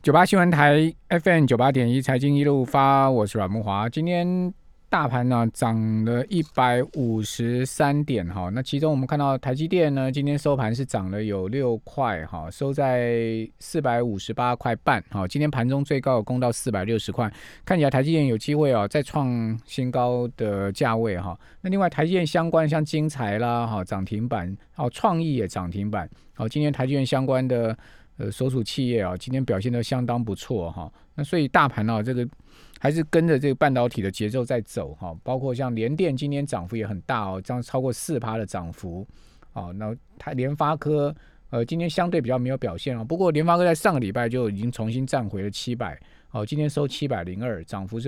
98新闻台 FM 98.1财经一路发，我是阮慕华。今天大盘呢涨了153点哈，那其中我们看到台积电呢，今天收盘是涨了有6块哈，收在458块半哈。今天盘中最高有攻到460块，看起来台积电有机会再创新高的价位哈。那另外台积电相关像精材啦哈涨停板，创意也涨停板，今天台积电相关的所属企业今今天表现得相当不错哈。那所以大盘这个还是跟着这个半导体的节奏在走哈，包括像联电今天涨幅也很大这样超过4%的涨幅那联发科今天相对比较没有表现不过联发科在上个礼拜就已经重新站回了700今天收702，涨幅是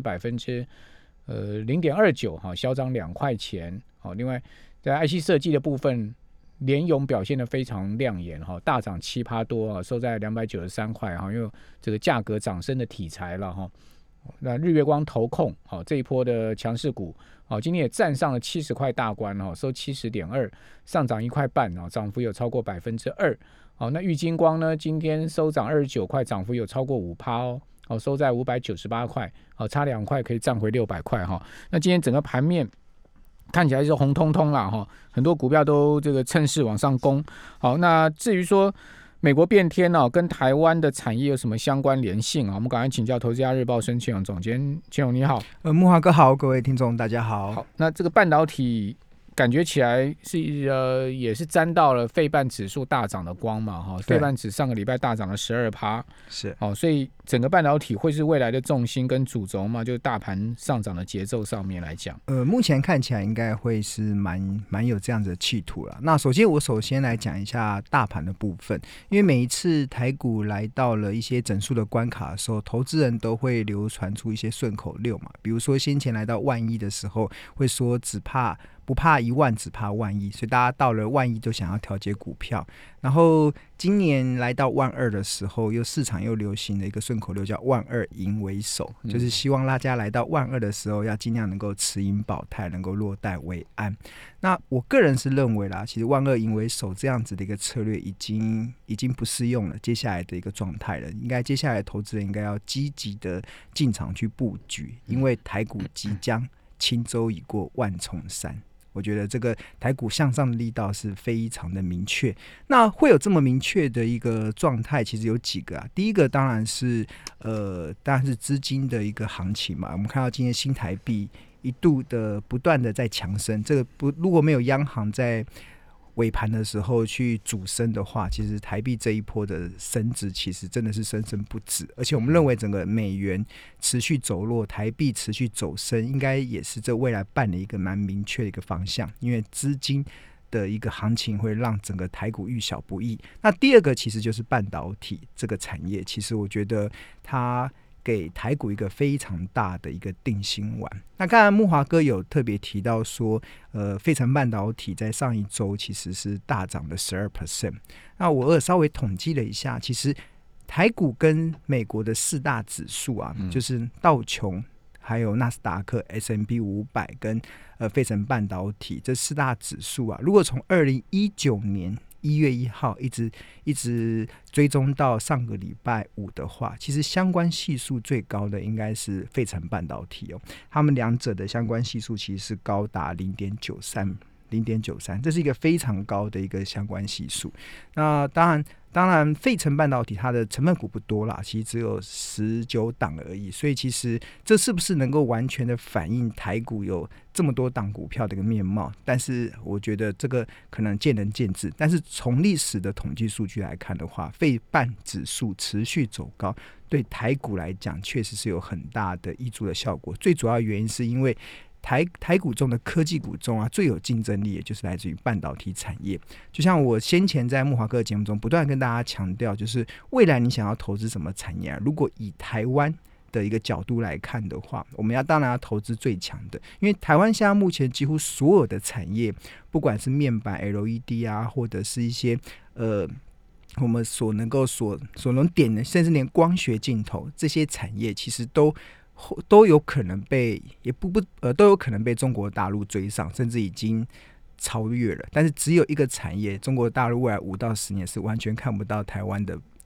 0.29%小涨2块钱另外在 IC 设计的部分，联咏表现得非常亮眼大涨7%多收在293块因为这个价格涨升的题材了那日月光投控这一波的强势股今天也站上了70块大关收 70.2， 上涨1块半涨幅有超过 2%那玉晶光呢今天收涨29块，涨幅有超过 5% 收在598块差2块可以站回600块那今天整个盘面看起来是红彤彤啦很多股票都这个趁势往上攻好，那至于说美国变天跟台湾的产业有什么相关联性我们赶快请教投资家日报孙庆荣总监。庆荣你好。 慕华哥好，各位听众大家好。 好，那这个半导体感觉起来是也是沾到了费半指数大涨的光嘛费半指上个礼拜大涨了12%， 是所以整个半导体会是未来的重心跟主轴嘛，就是大盘上涨的节奏上面来讲目前看起来应该会是蛮有这样子的企图了。那我首先来讲一下大盘的部分，因为每一次台股来到了一些整数的关卡的时候，投资人都会流传出一些顺口溜嘛，比如说先前来到10000亿的时候会说不怕1万，只怕10000亿，所以大家到了10000亿都想要调节股票。然后今年来到12000的时候，市场又流行的一个顺口溜叫12000赢为首，就是希望大家来到12000的时候要尽量能够持盈保泰，能够落袋为安。那我个人是认为啦，其实12000赢为首这样子的一个策略已经不适用了接下来的一个状态了，应该接下来的投资人应该要积极的进场去布局，因为台股即将轻舟已过万重山。我觉得这个台股向上的力道是非常的明确。那会有这么明确的一个状态，其实有几个第一个当然是资金的一个行情嘛。我们看到今天新台币一度的不断的在强升，这个如果没有央行在尾盘的时候去主升的话，其实台币这一波的升值其实真的是生生不止，而且我们认为整个美元持续走弱，台币持续走升，应该也是这未来半年一个蛮明确的一个方向，因为资金的一个行情会让整个台股遇小不易。那第二个其实就是半导体这个产业，其实我觉得它给台股一个非常大的一个定心丸。那刚才慕华哥有特别提到说费城半导体在上一周其实是大涨的 12%。 那我稍微统计了一下，其实台股跟美国的4大指数就是道琼还有纳斯达克 S&P 500跟费城半导体这4大指数如果从2019年1月1号一直追踪到上个礼拜五的话，其实相关系数最高的应该是费城半导体他们两者的相关系数其实是高达 0.93， 这是一个非常高的一个相关系数。那当然费城半导体它的成分股不多啦，其实只有19档而已，所以其实这是不是能够完全的反映台股有这么多档股票的一个面貌，但是我觉得这个可能见仁见智。但是从历史的统计数据来看的话，费半指数持续走高，对台股来讲确实是有很大的挹注的效果。最主要的原因是因为台股中的科技股中最有竞争力，也就是来自于半导体产业。就像我先前在慕华哥的节目中不断跟大家强调，就是未来你想要投资什么产业如果以台湾的一个角度来看的话，我们当然要投资最强的，因为台湾现在目前几乎所有的产业，不管是面板 LED 或者是一些我们所能点的，甚至连光学镜头这些产业，其实都有可能都有可能被中国大陆追上，甚至已经超越了。但是只有一个产业，中国大陆未来5到10年是完全看不到台湾的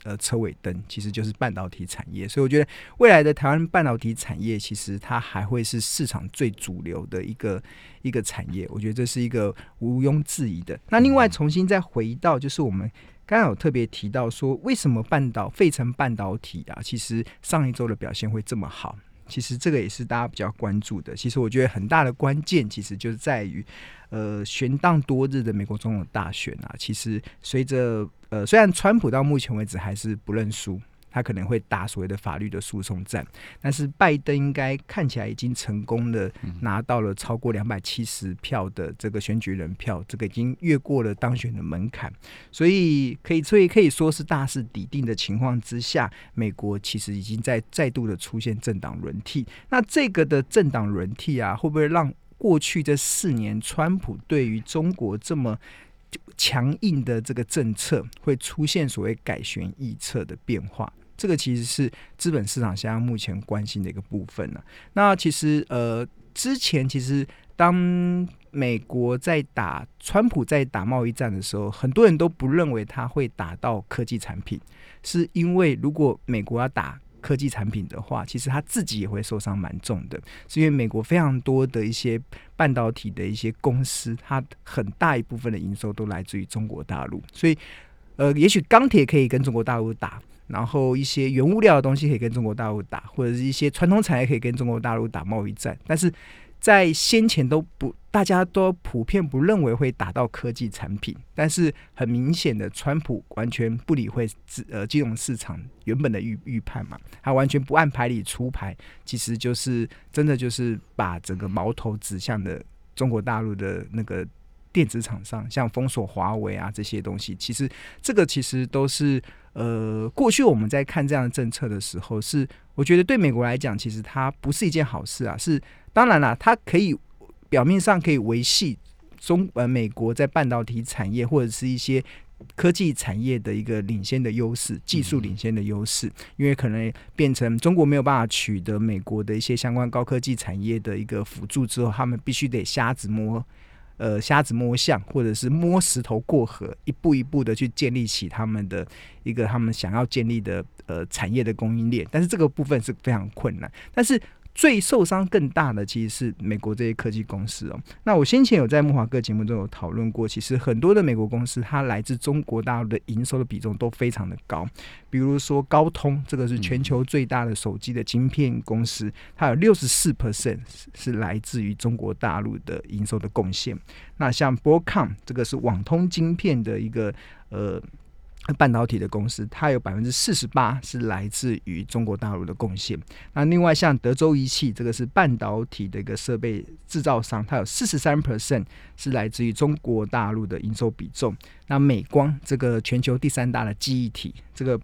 车尾灯，其实就是半导体产业。所以我觉得未来的台湾半导体产业，其实它还会是市场最主流的一个产业，我觉得这是一个毋庸置疑的。那另外重新再回到，就是我们刚刚有特别提到说，为什么费城半导体啊，其实上一周的表现会这么好？其实这个也是大家比较关注的。其实我觉得很大的关键，其实就是在于，悬荡多日的美国总统大选啊，其实随着虽然川普到目前为止还是不认输，他可能会打所谓的法律的诉讼战，但是拜登应该看起来已经成功的拿到了超过270票的这个选举人票，这个已经越过了当选的门槛，所以可以说是大势已定的情况之下，美国其实已经再度的出现政党轮替。那这个的政党轮替啊，会不会让过去这4年川普对于中国这么强硬的这个政策会出现所谓改弦易辙的变化？这个其实是资本市场现在目前关心的一个部分呢。那其实之前其实当美国川普在打贸易战的时候，很多人都不认为他会打到科技产品，是因为如果美国要打科技产品的话，其实他自己也会受伤蛮重的，是因为美国非常多的一些半导体的一些公司，它很大一部分的营收都来自于中国大陆，所以也许钢铁可以跟中国大陆打，然后一些原物料的东西可以跟中国大陆打，或者是一些传统产业可以跟中国大陆打贸易战，但是在先前大家都普遍不认为会打到科技产品，但是很明显的，川普完全不理会金融市场原本的预判嘛，他完全不按牌理出牌，其实就是真的就是把整个矛头指向的中国大陆的那个电子厂商，像封锁华为啊这些东西，其实这个其实都是过去我们在看这样的政策的时候，是我觉得对美国来讲，其实它不是一件好事啊。是当然啦，它可以表面上可以维系美国在半导体产业或者是一些科技产业的一个领先的优势，技术领先的优势，因为可能变成中国没有办法取得美国的一些相关高科技产业的一个辅助之后，他们必须得瞎子摸象，或者是摸石头过河，一步一步的去建立起他们想要建立的产业的供应链，但是这个部分是非常困难。但是最受伤更大的其实是美国这些科技公司哦。那我先前有在木华哥节目中有讨论过，其实很多的美国公司它来自中国大陆的营收的比重都非常的高，比如说高通，这个是全球最大的手机的晶片公司，它有 64% 是来自于中国大陆的营收的贡献。那像 Broadcom 这个是网通晶片的一个半导体的公司，它有 48% 是来自于中国大陆的贡献。那另外像德州仪器，这个是半导体的一个设备制造商，它有 43% 是来自于中国大陆的营收比重。那美光这个全球第3大的记忆体，这个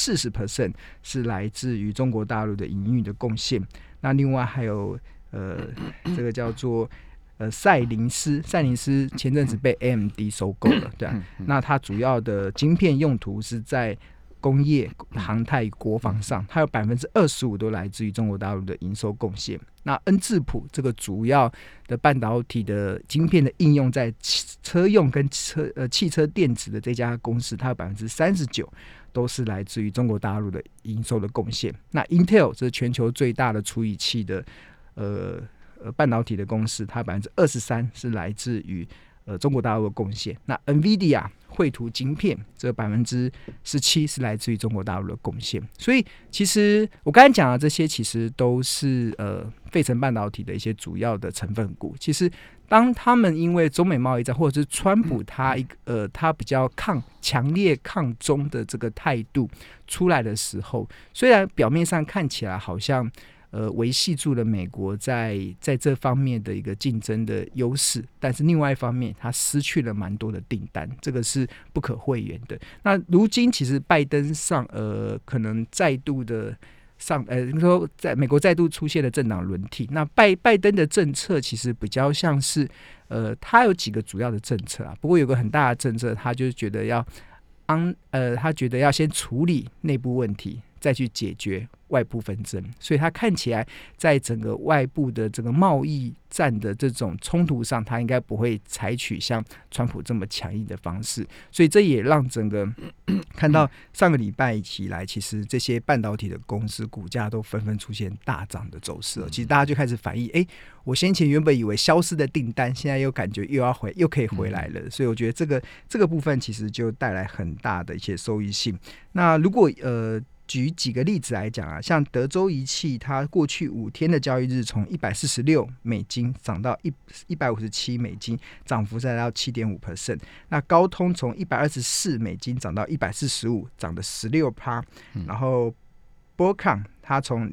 40% 是来自于中国大陆的营运的贡献。那另外还有这个叫做赛灵思前阵子被 AMD 收购了，对啊，那它主要的晶片用途是在工业、航太、国防上，它有 25% 都来自于中国大陆的营收贡献。那恩智浦这个主要的半导体的晶片的应用在车用跟汽车电子的这家公司，它有 39% 都是来自于中国大陆的营收的贡献。那 Intel 这是全球最大的处理器的半导体的公司，它 23% 是来自于中国大陆的贡献。那 NVIDIA 绘图晶片这 17% 是来自于中国大陆的贡献。所以其实我刚才讲的这些其实都是费城半导体的一些主要的成分股。其实当他们因为中美贸易战或者是川普他比较强烈抗中的这个态度出来的时候，虽然表面上看起来好像维系住了美国在这方面的一个竞争的优势，但是另外一方面，它失去了蛮多的订单，这个是不可讳言的。那如今其实拜登可能再度的说在美国再度出现了政党轮替。那拜登的政策其实比较像是他有几个主要的政策啊，不过有个很大的政策，他就是觉得他觉得要先处理内部问题， 再去解决外部纷争，所以他看起来在整个外部的这个贸易战的这种冲突上，他应该不会采取像川普这么强硬的方式，所以这也让整个看到上个礼拜以来，其实这些半导体的公司股价都纷纷出现大涨的走势了。其实大家就开始反映，我先前原本以为消失的订单，现在又感觉又可以回来了，所以我觉得这个部分其实就带来很大的一些收益性。那如果举几个例子来讲啊，像德州仪器，它过去5天的交易日从$146涨到$157，涨幅再到 7.5%。那高通从$124涨到$145，涨了 16%。然后波康它从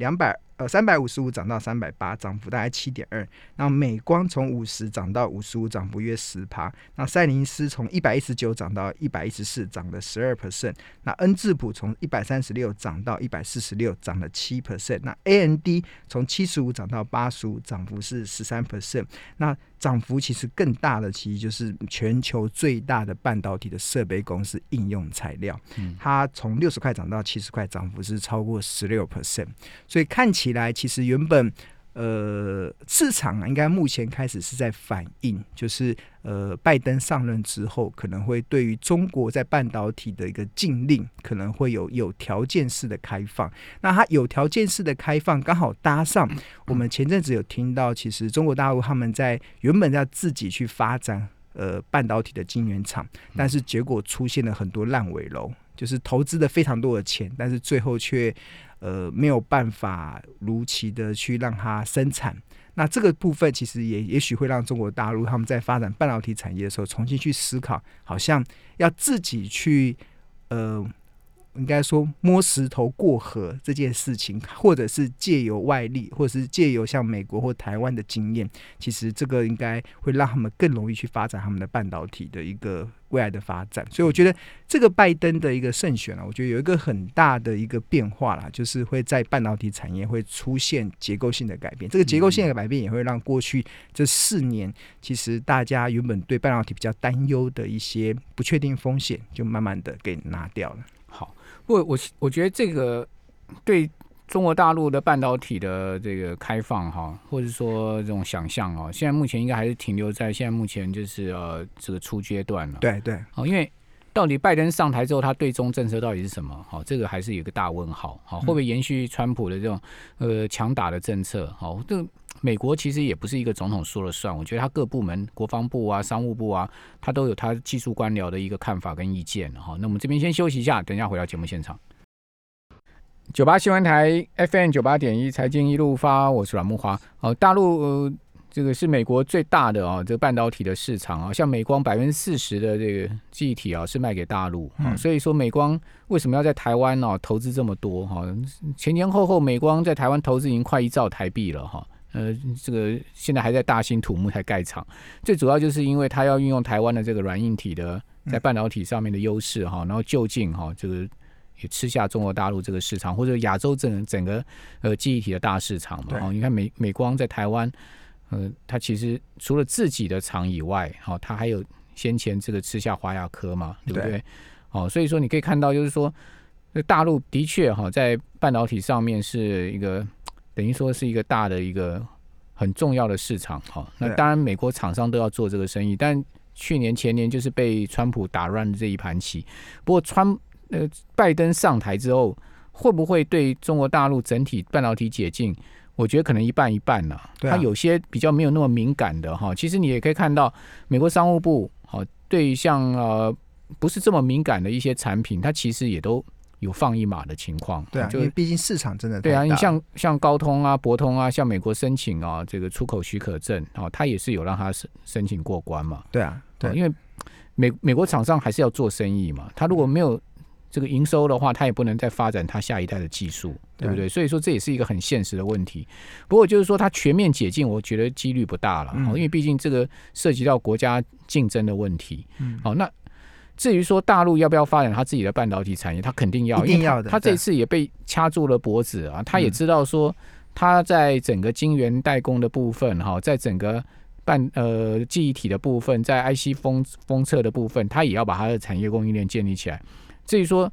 355涨到380，涨幅大概 7.2%。然后美光从50涨到55，涨幅约 10%。那赛灵思从119涨到114，涨了 12%。那恩智浦从136涨到146，涨了 7%。那 AMD 从75涨到85，涨幅是 13%。那涨幅其实更大的，其实就是全球最大的半导体的设备公司应用材料，它从60块涨到70块，涨幅是超过 16%。所以看起来其实原本市场应该目前开始是在反映，就是拜登上任之后可能会对于中国在半导体的一个禁令可能会有条件式的开放。那它有条件式的开放刚好搭上我们前阵子有听到，其实中国大陆他们原本要自己去发展半导体的晶圆厂，但是结果出现了很多烂尾楼，就是投资了非常多的钱，但是最后却没有办法如期的去让它生产。那这个部分其实也许会让中国大陆他们在发展半导体产业的时候重新去思考，好像要自己去应该说摸石头过河这件事情，或者是借由外力，或者是借由像美国或台湾的经验，其实这个应该会让他们更容易去发展他们的半导体的一个未来的发展。所以我觉得这个拜登的一个胜选我觉得有一个很大的一个变化啦，就是会在半导体产业会出现结构性的改变。这个结构性的改变也会让过去这4年其实大家原本对半导体比较担忧的一些不确定风险就慢慢的给拿掉了。 好，我觉得这个对中国大陆的半导体的这个开放或者说这种想象现在目前应该还是停留在现在目前就是这个初阶段了。 对， 因为到底拜登上台之后，他对中政策到底是什么？这个还是有一个大问号。会不会延续川普的这种强打的政策？这个美国其实也不是一个总统说了算，我觉得他各部门，国防部啊、商务部啊，他都有他技术官僚的一个看法跟意见。那我们这边先休息一下，等一下回到节目现场。98新闻台 FM 98.1财经一路发，我是阮慕骅。大陆这个是美国最大的这个半导体的市场像美光40%的这个记忆体是卖给大陆所以说美光为什么要在台湾投资这么多前后美光在台湾投资已经快1兆台币了这个现在还在大兴土木才盖厂，最主要就是因为它要运用台湾的这个软硬体的在半导体上面的优势然后就近这个也吃下中国大陆这个市场，或者亚洲整个记忆体的大市场嘛你看美光在台湾它其实除了自己的厂以外它还有先前这个吃下华亚科嘛，对不对？所以说你可以看到就是说大陆的确在半导体上面是一个等于说是一个大的一个很重要的市场那当然美国厂商都要做这个生意，但去年前年就是被川普打乱的这一盘棋。不过拜登上台之后，会不会对中国大陆整体半导体解禁，我觉得可能一半一半啦。它有些比较没有那么敏感的其实你也可以看到美国商务部对于像不是这么敏感的一些产品，它其实也都有放一码的情况。 对因为毕竟市场真的太大了。 对你像高通啊、博通啊，向美国申请这个出口许可证它也是有让它申请过关嘛。 对因为美国厂商还是要做生意嘛，他如果没有这个营收的话，他也不能再发展他下一代的技术，对不对？所以说这也是一个很现实的问题。不过就是说它全面解禁，我觉得几率不大了因为毕竟这个涉及到国家竞争的问题那至于说大陆要不要发展他自己的半导体产业，他肯定要， 一定要的。 他这次也被掐住了脖子他也知道说他在整个晶圆代工的部分在整个记忆体的部分，在 IC 封测的部分，他也要把他的产业供应链建立起来。至于说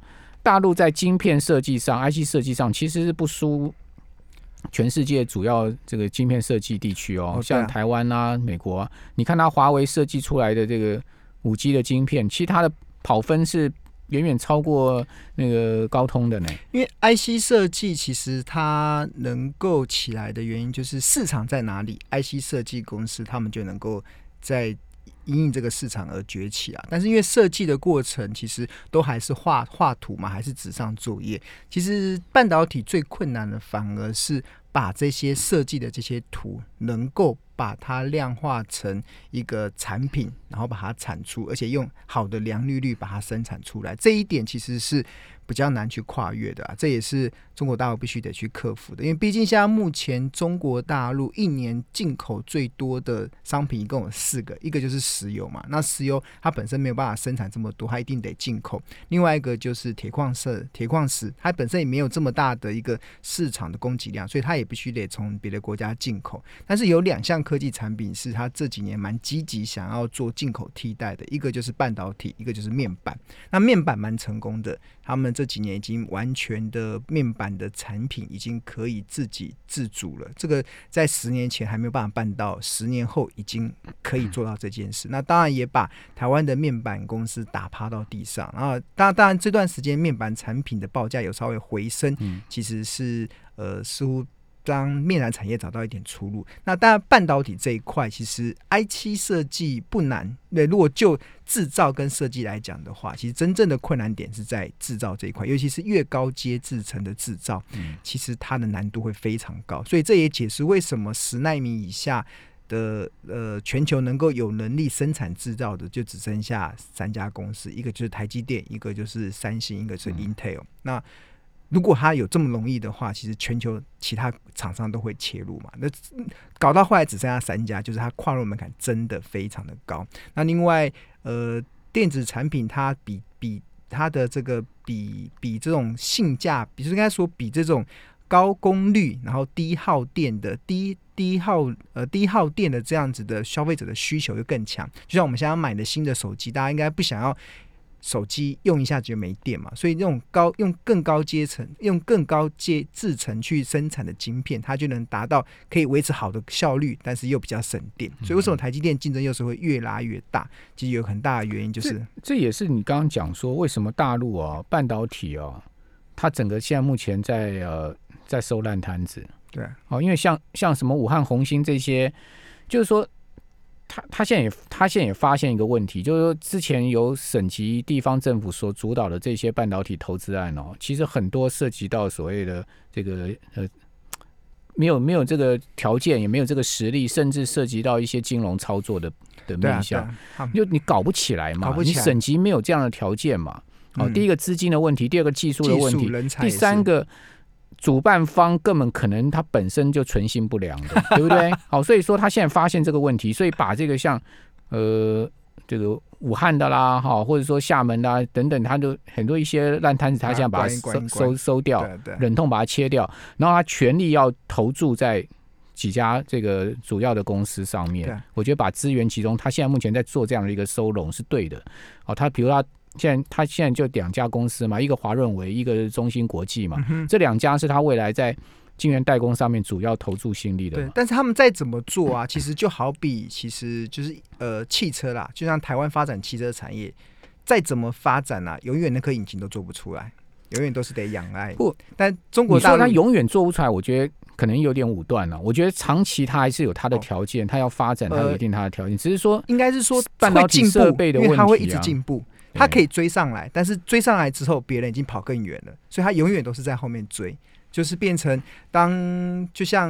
大陆在晶片设计上、IC 设计上，其实是不输全世界主要这个晶片设计地区哦，像台湾啊、美国啊，你看它华为设计出来的这个5G 的晶片，其实它的跑分是远远超过那个高通的呢。 因为 IC 设计其实它能够起来的原因，就是市场在哪里 ，IC 设计公司他们就能够在因应这个市场而崛起啊。但是因为设计的过程其实都还是画图嘛，还是纸上作业。其实半导体最困难的反而是把这些设计的这些图能够把它量化成一个产品，然后把它产出，而且用好的良率把它生产出来，这一点其实是比较难去跨越的啊，这也是中国大陆必须得去克服的。因为毕竟现在目前中国大陆一年进口最多的商品一共有4个，一个就是石油嘛，那石油它本身没有办法生产这么多，它一定得进口；另外一个就是铁矿石，它本身也没有这么大的一个市场的供给量，所以它也必须得从别的国家进口。但是有2项科技产品是它这几年蛮积极想要做进口替代的，一个就是半导体，一个就是面板。那面板蛮成功的，他们这几年已经完全的面板的产品已经可以自给自足了，这个在10年前还没有办法办到，10年后已经可以做到这件事。那当然也把台湾的面板公司打趴到地上，然后当然这段时间面板产品的报价有稍微回升，其实是似乎让面板产业找到一点出路。那当然半导体这一块其实 IC 设计不难，对，如果就制造跟设计来讲的话，其实真正的困难点是在制造这一块，尤其是越高阶制程的制造，其实它的难度会非常高。所以这也解释为什么10奈米以下的全球能够有能力生产制造的就只剩下3家公司，一个就是台积电，一个就是三星，一个是 Intel。那如果它有这么容易的话，其实全球其他厂商都会切入嘛。那搞到后来只剩下3家，就是它跨入门槛真的非常的高。那另外电子产品它比它的这个比这种性价比，就是应该说比这种高功率然后低耗电的低耗电的这样子的消费者的需求就更强。就像我们现在买的新的手机，大家应该不想要手机用一下就没电嘛，所以用更高阶层、用更高阶制程去生产的晶片，它就能达到可以维持好的效率，但是又比较省电。所以为什么台积电竞争优势会越拉越大？其实有很大的原因就是这也是你刚刚讲说为什么大陆半导体它整个现在目前在收烂摊子。 对， 因为像什么武汉弘芯这些，就是说。他现在也发现一个问题，就是说之前由省级地方政府所主导的这些半导体投资案其实很多涉及到所谓的这个没有这个条件，也没有这个实力，甚至涉及到一些金融操作的面向，就你搞不起来嘛，你省级没有这样的条件嘛。第一个资金的问题，第二个技术的问题，第三个。主办方根本可能他本身就存心不良的，对不对？好，所以说他现在发现这个问题，所以把这个像这个武汉的啦，或者说厦门啦等等，他就很多一些烂摊子，他现在把它收掉，忍痛把它切掉，然后他全力要投注在几家这个主要的公司上面。我觉得把资源集中，他现在目前在做这样的一个收拢是对的。他比如他现在就2家公司嘛，一个华润微，一个中芯国际嘛，这2家是他未来在晶圆代工上面主要投注心力的。 对，但是他们再怎么做啊，其实就好比其实就是汽车啦，就像台湾发展汽车产业，再怎么发展啊，永远那颗引擎都做不出来，永远都是得仰赖。不，但中国大陆你说他永远做不出来，我觉得可能有点武断了。我觉得长期它还是有它的条件，它要发展，它有一定它的条件，只是说应该是说半导体设备的问题， 因为它会一直进步。他可以追上来，但是追上来之后，别人已经跑更远了，所以他永远都是在后面追，就是变成就像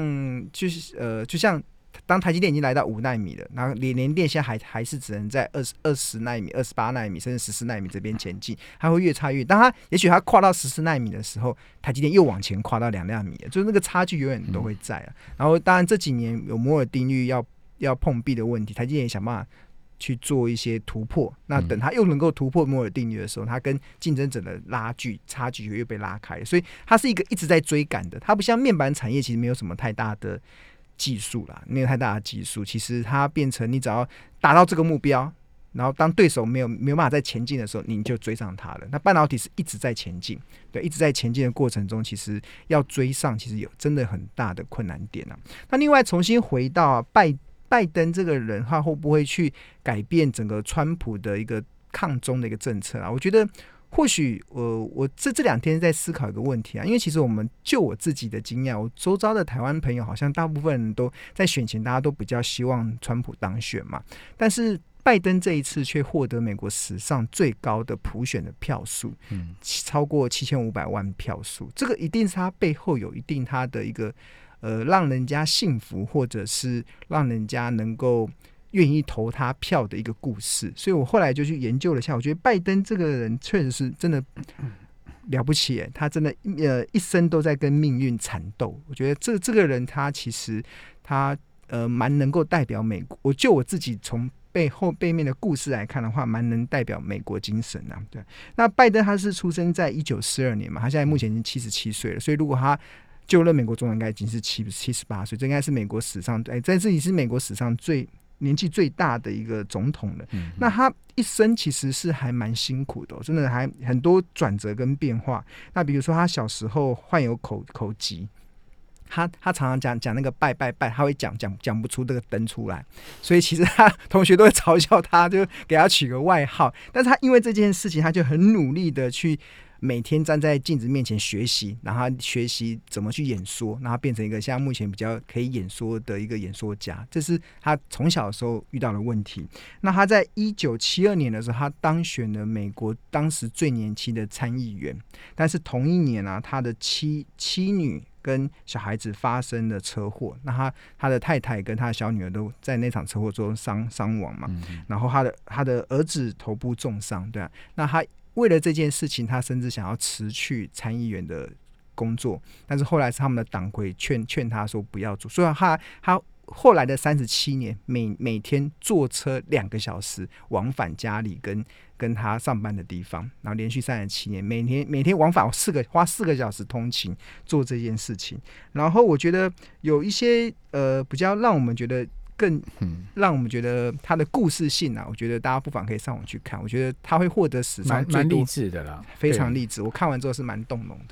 当台积电已经来到5奈米了，然后联电现在还是只能在20奈米、28奈米甚至14奈米这边前进，它会越差越。当也许它跨到14奈米的时候，台积电又往前跨到2奈米了，就是那个差距永远都会在然后当然这几年有摩尔定律要碰壁的问题，台积电也想办法去做一些突破，那等他又能够突破摩尔定律的时候，他跟竞争者的差距又被拉开了，所以他是一个一直在追赶的。他不像面板产业，其实没有什么太大的技术啦，没有太大的技术，其实它变成你只要达到这个目标， 然后当对手没有办法再前进的时候，你就追上他了。那半导体是一直在前进，对，一直在前进的过程中，其实要追上，其实有真的很大的困难点啊。那另外重新回到拜登这个人，他会不会去改变整个川普的一个抗中的一个政策啊？我觉得或许我这2天在思考一个问题啊，因为其实就我自己的经验，我周遭的台湾朋友好像大部分人都在选前，大家都比较希望川普当选嘛，但是拜登这一次却获得美国史上最高的普选的票数，超过7500万票数，这个一定是他背后有一定他的一个让人家信服，或者是让人家能够愿意投他票的一个故事。所以我后来就去研究了一下，我觉得拜登这个人确实是真的了不起，他真的一生都在跟命运缠斗。我觉得这个人他其实他蛮能够代表美国，就我自己从背面的故事来看的话，蛮能代表美国精神啊。对，那拜登他是出生在1942年嘛，他现在目前已经77岁了，所以如果他就任美国总统，应该已经是78岁，这应该是美国史上在这里是美国史上年纪最大的一个总统了。那他一生其实是还蛮辛苦的，真的还很多转折跟变化。那比如说他小时候患有口疾。他常常讲那个拜，他会讲不出这个灯出来，所以其实他同学都会嘲笑他，就给他取个外号。但是他因为这件事情，他就很努力的去每天站在镜子面前学习，然后他学习怎么去演说，然后变成一个现在目前比较可以演说的一个演说家。这是他从小的时候遇到的问题。那他在1972年的时候，他当选了美国当时最年轻的参议员，但是同一年啊，他的妻女跟小孩子发生了车祸，那他的太太跟他的小女儿都在那场车祸中伤亡嘛，然后他的儿子头部重伤，对啊，那他为了这件事情，他甚至想要辞去参议员的工作，但是后来是他们的党魁劝他说不要做，所以他后来的37年，每天坐车2个小时往返家里跟他上班的地方，然后连续37年，每天往返花4个小时通勤做这件事情。然后我觉得有一些比较让我们觉得让我们觉得他的故事性啊，我觉得大家不妨可以上网去看。我觉得他会获得史上最多， 蛮励志的啦， 非常励志。我看完之后是蛮动容